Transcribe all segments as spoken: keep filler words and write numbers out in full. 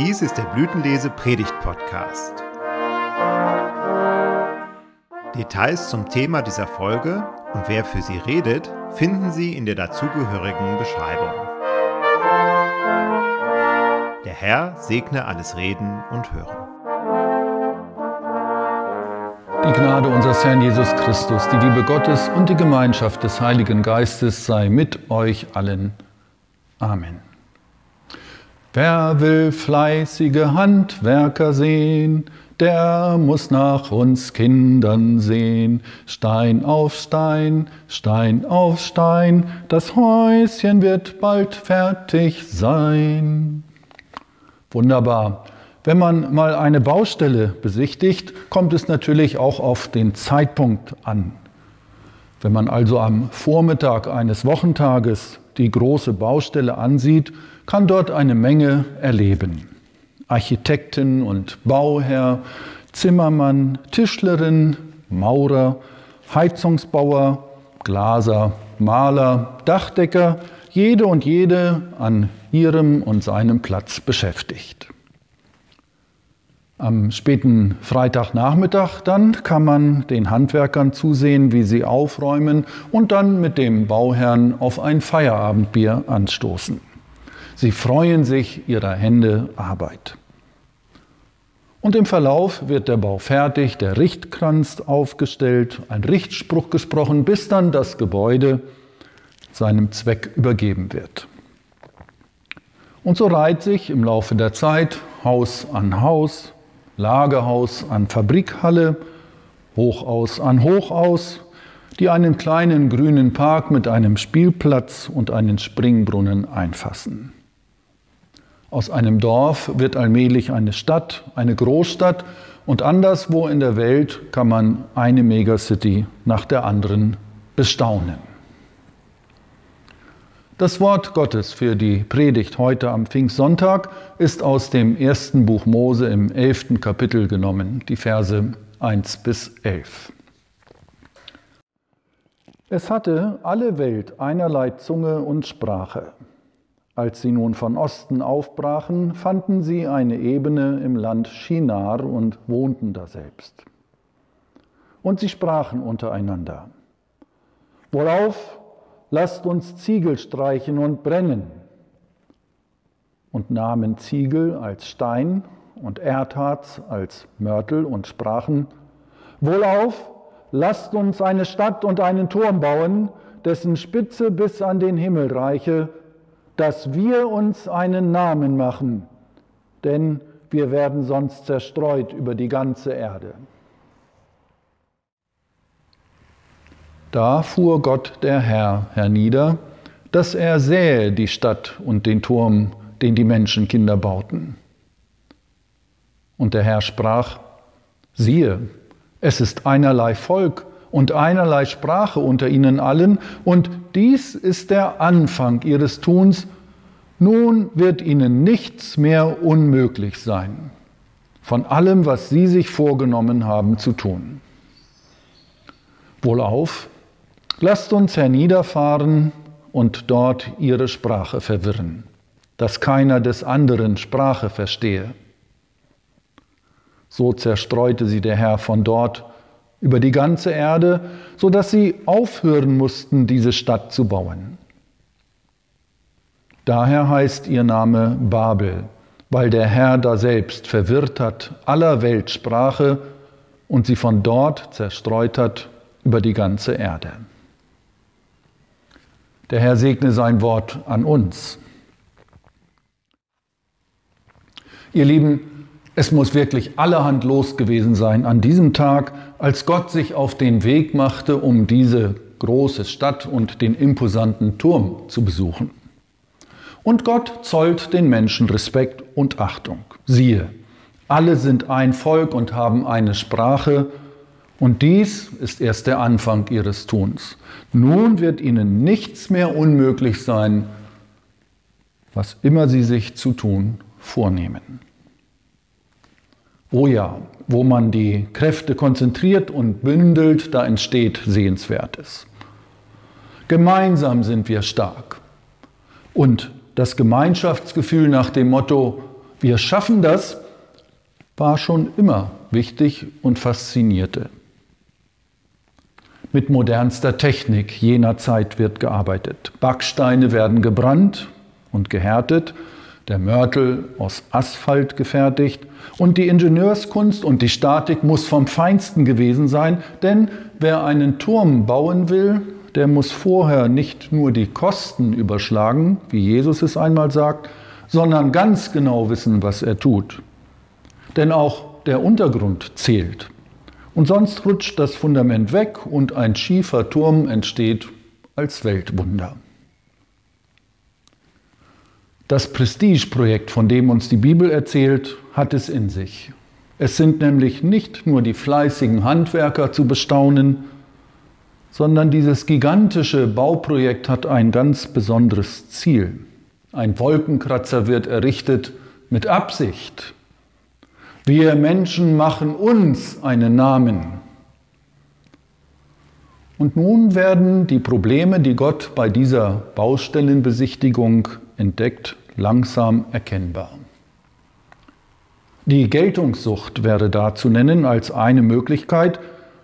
Dies ist der Blütenlese-Predigt-Podcast. Details zum Thema dieser Folge und wer für sie redet, finden Sie in der dazugehörigen Beschreibung. Der Herr segne alles Reden und Hören. Die Gnade unseres Herrn Jesus Christus, die Liebe Gottes und die Gemeinschaft des Heiligen Geistes sei mit euch allen. Amen. Wer will fleißige Handwerker sehen, der muss nach uns Kindern sehen. Stein auf Stein, Stein auf Stein, das Häuschen wird bald fertig sein. Wunderbar. Wenn man mal eine Baustelle besichtigt, kommt es natürlich auch auf den Zeitpunkt an. Wenn man also am Vormittag eines Wochentages die große Baustelle ansieht, kann dort eine Menge erleben. Architekten und Bauherr, Zimmermann, Tischlerin, Maurer, Heizungsbauer, Glaser, Maler, Dachdecker, jede und jede an ihrem und seinem Platz beschäftigt. Am späten Freitagnachmittag dann kann man den Handwerkern zusehen, wie sie aufräumen und dann mit dem Bauherrn auf ein Feierabendbier anstoßen. Sie freuen sich ihrer Hände Arbeit. Und im Verlauf wird der Bau fertig, der Richtkranz aufgestellt, ein Richtspruch gesprochen, bis dann das Gebäude seinem Zweck übergeben wird. Und so reiht sich im Laufe der Zeit Haus an Haus, Lagerhaus an Fabrikhalle, Hochhaus an Hochhaus, die einen kleinen grünen Park mit einem Spielplatz und einen Springbrunnen einfassen. Aus einem Dorf wird allmählich eine Stadt, eine Großstadt und anderswo in der Welt kann man eine Megacity nach der anderen bestaunen. Das Wort Gottes für die Predigt heute am Pfingstsonntag ist aus dem ersten Buch Mose im elften Kapitel genommen, die Verse eins bis elf. Es hatte alle Welt einerlei Zunge und Sprache. Als sie nun von Osten aufbrachen, fanden sie eine Ebene im Land Shinar und wohnten daselbst. Und sie sprachen untereinander: Wohlauf, lasst uns Ziegel streichen und brennen. Und nahmen Ziegel als Stein und Erdharz als Mörtel und sprachen: Wohlauf, lasst uns eine Stadt und einen Turm bauen, dessen Spitze bis an den Himmel reiche, dass wir uns einen Namen machen, denn wir werden sonst zerstreut über die ganze Erde. Da fuhr Gott der Herr hernieder, dass er sähe die Stadt und den Turm, den die Menschenkinder bauten. Und der Herr sprach: Siehe, es ist einerlei Volk und einerlei Sprache unter ihnen allen, und dies ist der Anfang ihres Tuns. Nun wird ihnen nichts mehr unmöglich sein, von allem, was sie sich vorgenommen haben zu tun. Wohlauf, lasst uns herniederfahren und dort ihre Sprache verwirren, dass keiner des anderen Sprache verstehe. So zerstreute sie der Herr von dort über die ganze Erde, so dass sie aufhören mussten, diese Stadt zu bauen. Daher heißt ihr Name Babel, weil der Herr daselbst verwirrt hat aller Welt Sprache und sie von dort zerstreut hat über die ganze Erde. Der Herr segne sein Wort an uns. Ihr Lieben, es muss wirklich allerhand los gewesen sein an diesem Tag, als Gott sich auf den Weg machte, um diese große Stadt und den imposanten Turm zu besuchen. Und Gott zollt den Menschen Respekt und Achtung. Siehe, alle sind ein Volk und haben eine Sprache, und dies ist erst der Anfang ihres Tuns. Nun wird ihnen nichts mehr unmöglich sein, was immer sie sich zu tun vornehmen. Oh ja, wo man die Kräfte konzentriert und bündelt, da entsteht Sehenswertes. Gemeinsam sind wir stark. Und das Gemeinschaftsgefühl nach dem Motto: Wir schaffen das war schon immer wichtig und faszinierte. Mit modernster Technik jener Zeit wird gearbeitet. Backsteine werden gebrannt und gehärtet, der Mörtel aus Asphalt gefertigt und die Ingenieurskunst und die Statik muss vom Feinsten gewesen sein, denn wer einen Turm bauen will, der muss vorher nicht nur die Kosten überschlagen, wie Jesus es einmal sagt, sondern ganz genau wissen, was er tut. Denn auch der Untergrund zählt. Und sonst rutscht das Fundament weg und ein schiefer Turm entsteht als Weltwunder. Das Prestigeprojekt, von dem uns die Bibel erzählt, hat es in sich. Es sind nämlich nicht nur die fleißigen Handwerker zu bestaunen, sondern dieses gigantische Bauprojekt hat ein ganz besonderes Ziel. Ein Wolkenkratzer wird errichtet mit Absicht. Wir Menschen machen uns einen Namen. Und nun werden die Probleme, die Gott bei dieser Baustellenbesichtigung entdeckt, langsam erkennbar. Die Geltungssucht wäre da zu nennen als eine Möglichkeit,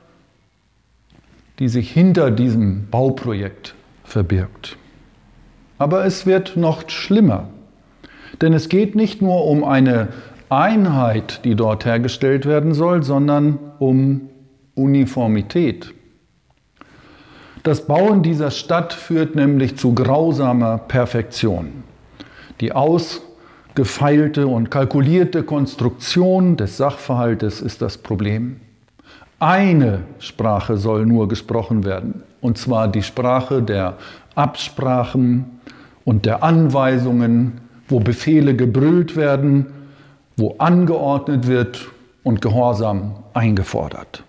die sich hinter diesem Bauprojekt verbirgt. Aber es wird noch schlimmer, denn es geht nicht nur um eine Einheit, die dort hergestellt werden soll, sondern um Uniformität. Das Bauen dieser Stadt führt nämlich zu grausamer Perfektion. Die ausgefeilte und kalkulierte Konstruktion des Sachverhaltes ist das Problem. Eine Sprache soll nur gesprochen werden, und zwar die Sprache der Absprachen und der Anweisungen, wo Befehle gebrüllt werden, wo angeordnet wird und Gehorsam eingefordert.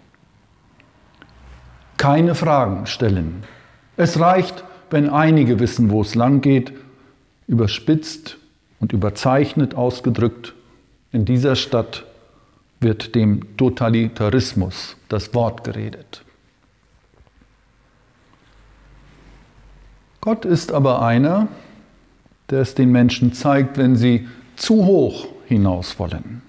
Keine Fragen stellen. Es reicht, wenn einige wissen, wo es lang geht, überspitzt und überzeichnet ausgedrückt. In dieser Stadt wird dem Totalitarismus das Wort geredet. Gott ist aber einer, der es den Menschen zeigt, wenn sie zu hoch hinaus wollen.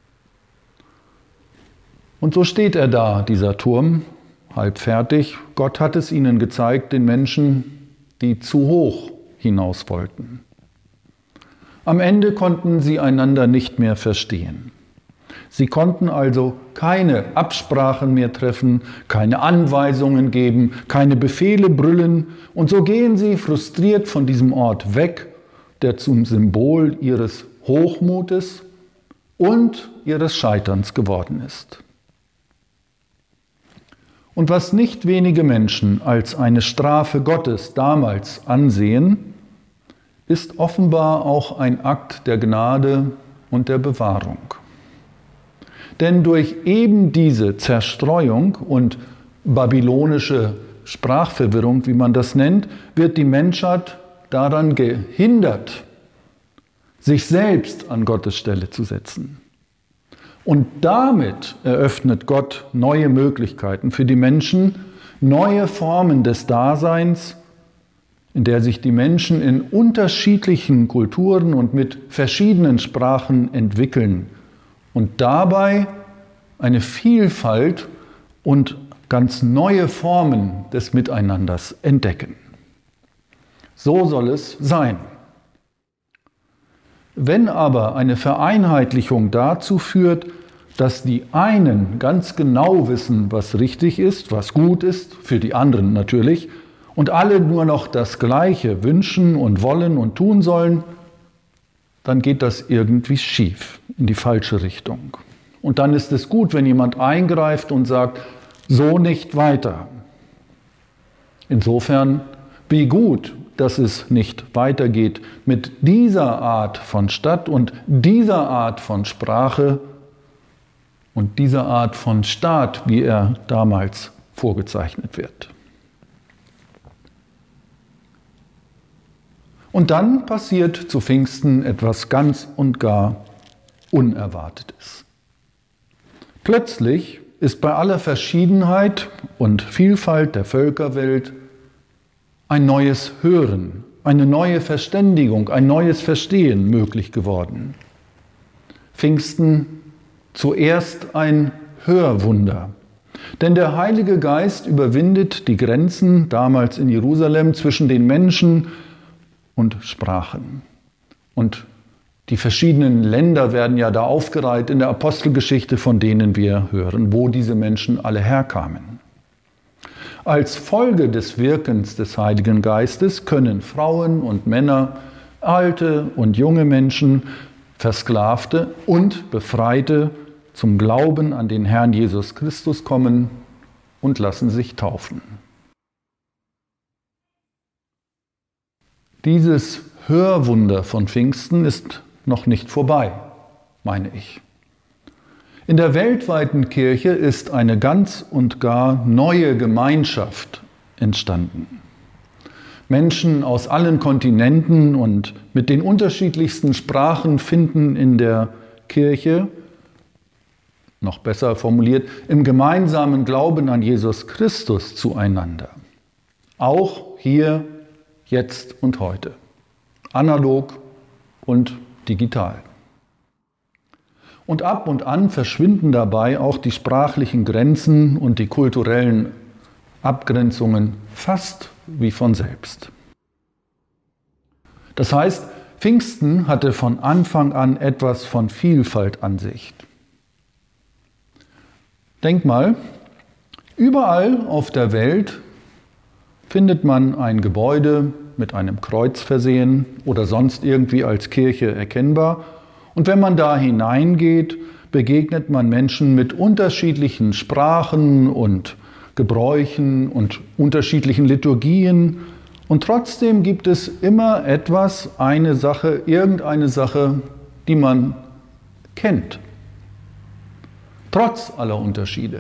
Und so steht er da, dieser Turm, halb fertig. Gott hat es ihnen gezeigt, den Menschen, die zu hoch hinaus wollten. Am Ende konnten sie einander nicht mehr verstehen. Sie konnten also keine Absprachen mehr treffen, keine Anweisungen geben, keine Befehle brüllen. Und so gehen sie frustriert von diesem Ort weg, der zum Symbol ihres Hochmutes und ihres Scheiterns geworden ist. Und was nicht wenige Menschen als eine Strafe Gottes damals ansehen, ist offenbar auch ein Akt der Gnade und der Bewahrung. Denn durch eben diese Zerstreuung und babylonische Sprachverwirrung, wie man das nennt, wird die Menschheit daran gehindert, sich selbst an Gottes Stelle zu setzen. Und damit eröffnet Gott neue Möglichkeiten für die Menschen, neue Formen des Daseins, in der sich die Menschen in unterschiedlichen Kulturen und mit verschiedenen Sprachen entwickeln und dabei eine Vielfalt und ganz neue Formen des Miteinanders entdecken. So soll es sein. Wenn aber eine Vereinheitlichung dazu führt, dass die einen ganz genau wissen, was richtig ist, was gut ist, für die anderen natürlich, und alle nur noch das Gleiche wünschen und wollen und tun sollen, dann geht das irgendwie schief, in die falsche Richtung. Und dann ist es gut, wenn jemand eingreift und sagt, so nicht weiter. Insofern, wie gut, dass es nicht weitergeht mit dieser Art von Stadt und dieser Art von Sprache und dieser Art von Staat, wie er damals vorgezeichnet wird. Und dann passiert zu Pfingsten etwas ganz und gar Unerwartetes. Plötzlich ist bei aller Verschiedenheit und Vielfalt der Völkerwelt ein neues Hören, eine neue Verständigung, ein neues Verstehen möglich geworden. Pfingsten zuerst ein Hörwunder. Denn der Heilige Geist überwindet die Grenzen damals in Jerusalem zwischen den Menschen und Sprachen. Und die verschiedenen Länder werden ja da aufgereiht in der Apostelgeschichte, von denen wir hören, wo diese Menschen alle herkamen. Als Folge des Wirkens des Heiligen Geistes können Frauen und Männer, alte und junge Menschen, Versklavte und Befreite zum Glauben an den Herrn Jesus Christus kommen und lassen sich taufen. Dieses Hörwunder von Pfingsten ist noch nicht vorbei, meine ich. In der weltweiten Kirche ist eine ganz und gar neue Gemeinschaft entstanden. Menschen aus allen Kontinenten und mit den unterschiedlichsten Sprachen finden in der Kirche, noch besser formuliert, im gemeinsamen Glauben an Jesus Christus zueinander. Auch hier, jetzt und heute. Analog und digital. Und ab und an verschwinden dabei auch die sprachlichen Grenzen und die kulturellen Abgrenzungen fast wie von selbst. Das heißt, Pfingsten hatte von Anfang an etwas von Vielfalt an sich. Denk mal, überall auf der Welt findet man ein Gebäude mit einem Kreuz versehen oder sonst irgendwie als Kirche erkennbar. Und wenn man da hineingeht, begegnet man Menschen mit unterschiedlichen Sprachen und Gebräuchen und unterschiedlichen Liturgien. Und trotzdem gibt es immer etwas, eine Sache, irgendeine Sache, die man kennt. Trotz aller Unterschiede.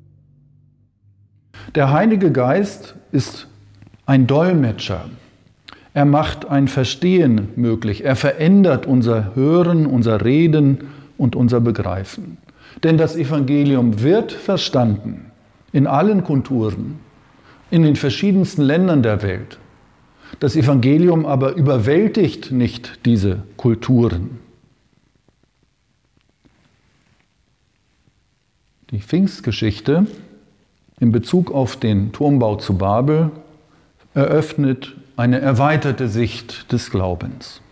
Der Heilige Geist ist ein Dolmetscher. Er macht ein Verstehen möglich. Er verändert unser Hören, unser Reden und unser Begreifen. Denn das Evangelium wird verstanden in allen Kulturen, in den verschiedensten Ländern der Welt. Das Evangelium aber überwältigt nicht diese Kulturen. Die Pfingstgeschichte in Bezug auf den Turmbau zu Babel eröffnet eine erweiterte Sicht des Glaubens.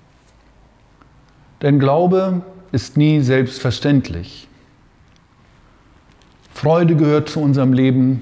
Denn Glaube ist nie selbstverständlich. Freude gehört zu unserem Leben,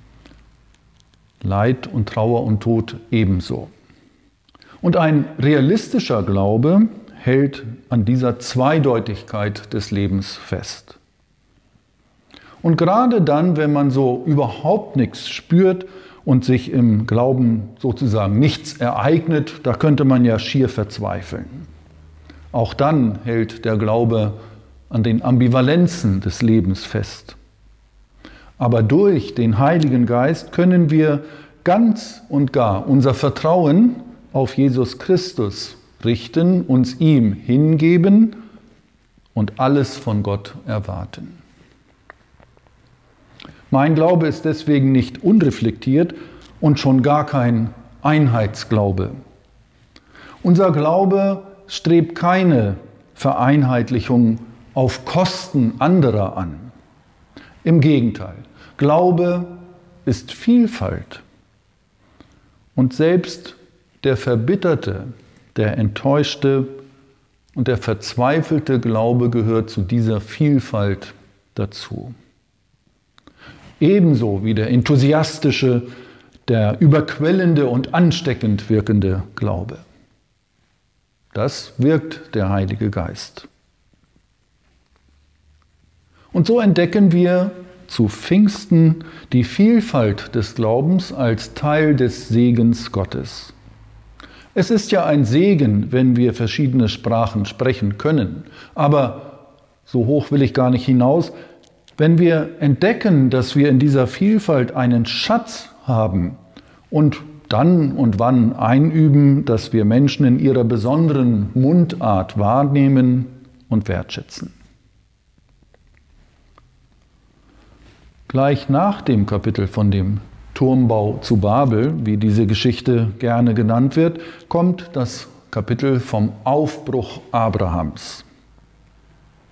Leid und Trauer und Tod ebenso. Und ein realistischer Glaube hält an dieser Zweideutigkeit des Lebens fest. Und gerade dann, wenn man so überhaupt nichts spürt und sich im Glauben sozusagen nichts ereignet, da könnte man ja schier verzweifeln. Auch dann hält der Glaube an den Ambivalenzen des Lebens fest. Aber durch den Heiligen Geist können wir ganz und gar unser Vertrauen auf Jesus Christus richten, uns ihm hingeben und alles von Gott erwarten. Mein Glaube ist deswegen nicht unreflektiert und schon gar kein Einheitsglaube. Unser Glaube strebt keine Vereinheitlichung auf Kosten anderer an. Im Gegenteil, Glaube ist Vielfalt. Und selbst der verbitterte, der enttäuschte und der verzweifelte Glaube gehört zu dieser Vielfalt dazu. Ebenso wie der enthusiastische, der überquellende und ansteckend wirkende Glaube. Das wirkt der Heilige Geist. Und so entdecken wir zu Pfingsten die Vielfalt des Glaubens als Teil des Segens Gottes. Es ist ja ein Segen, wenn wir verschiedene Sprachen sprechen können, aber so hoch will ich gar nicht hinaus. Wenn wir entdecken, dass wir in dieser Vielfalt einen Schatz haben und dann und wann einüben, dass wir Menschen in ihrer besonderen Mundart wahrnehmen und wertschätzen. Gleich nach dem Kapitel von dem Turmbau zu Babel, wie diese Geschichte gerne genannt wird, kommt das Kapitel vom Aufbruch Abrahams.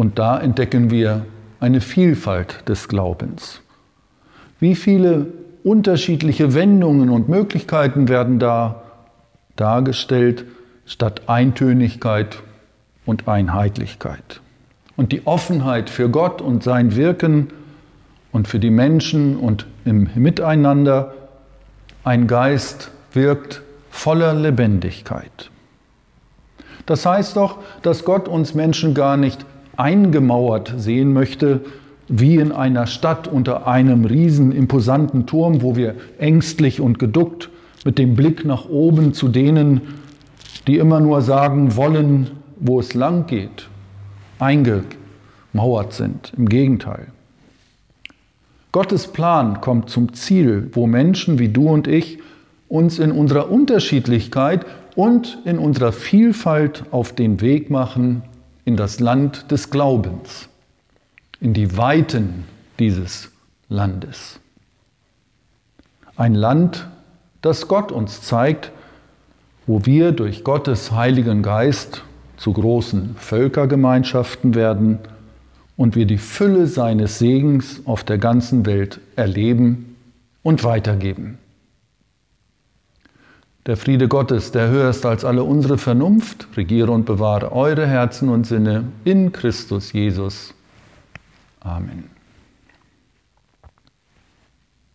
Und da entdecken wir eine Vielfalt des Glaubens. Wie viele unterschiedliche Wendungen und Möglichkeiten werden da dargestellt, statt Eintönigkeit und Einheitlichkeit. Und die Offenheit für Gott und sein Wirken und für die Menschen und im Miteinander, ein Geist wirkt voller Lebendigkeit. Das heißt doch, dass Gott uns Menschen gar nicht eingemauert sehen möchte, wie in einer Stadt unter einem riesen imposanten Turm, wo wir ängstlich und geduckt mit dem Blick nach oben zu denen, die immer nur sagen wollen, wo es lang geht, eingemauert sind. Im Gegenteil. Gottes Plan kommt zum Ziel, wo Menschen wie du und ich uns in unserer Unterschiedlichkeit und in unserer Vielfalt auf den Weg machen in das Land des Glaubens, in die Weiten dieses Landes. Ein Land, das Gott uns zeigt, wo wir durch Gottes Heiligen Geist zu großen Völkergemeinschaften werden und wir die Fülle seines Segens auf der ganzen Welt erleben und weitergeben. Der Friede Gottes, der höher ist als alle unsere Vernunft, regiere und bewahre eure Herzen und Sinne in Christus Jesus. Amen.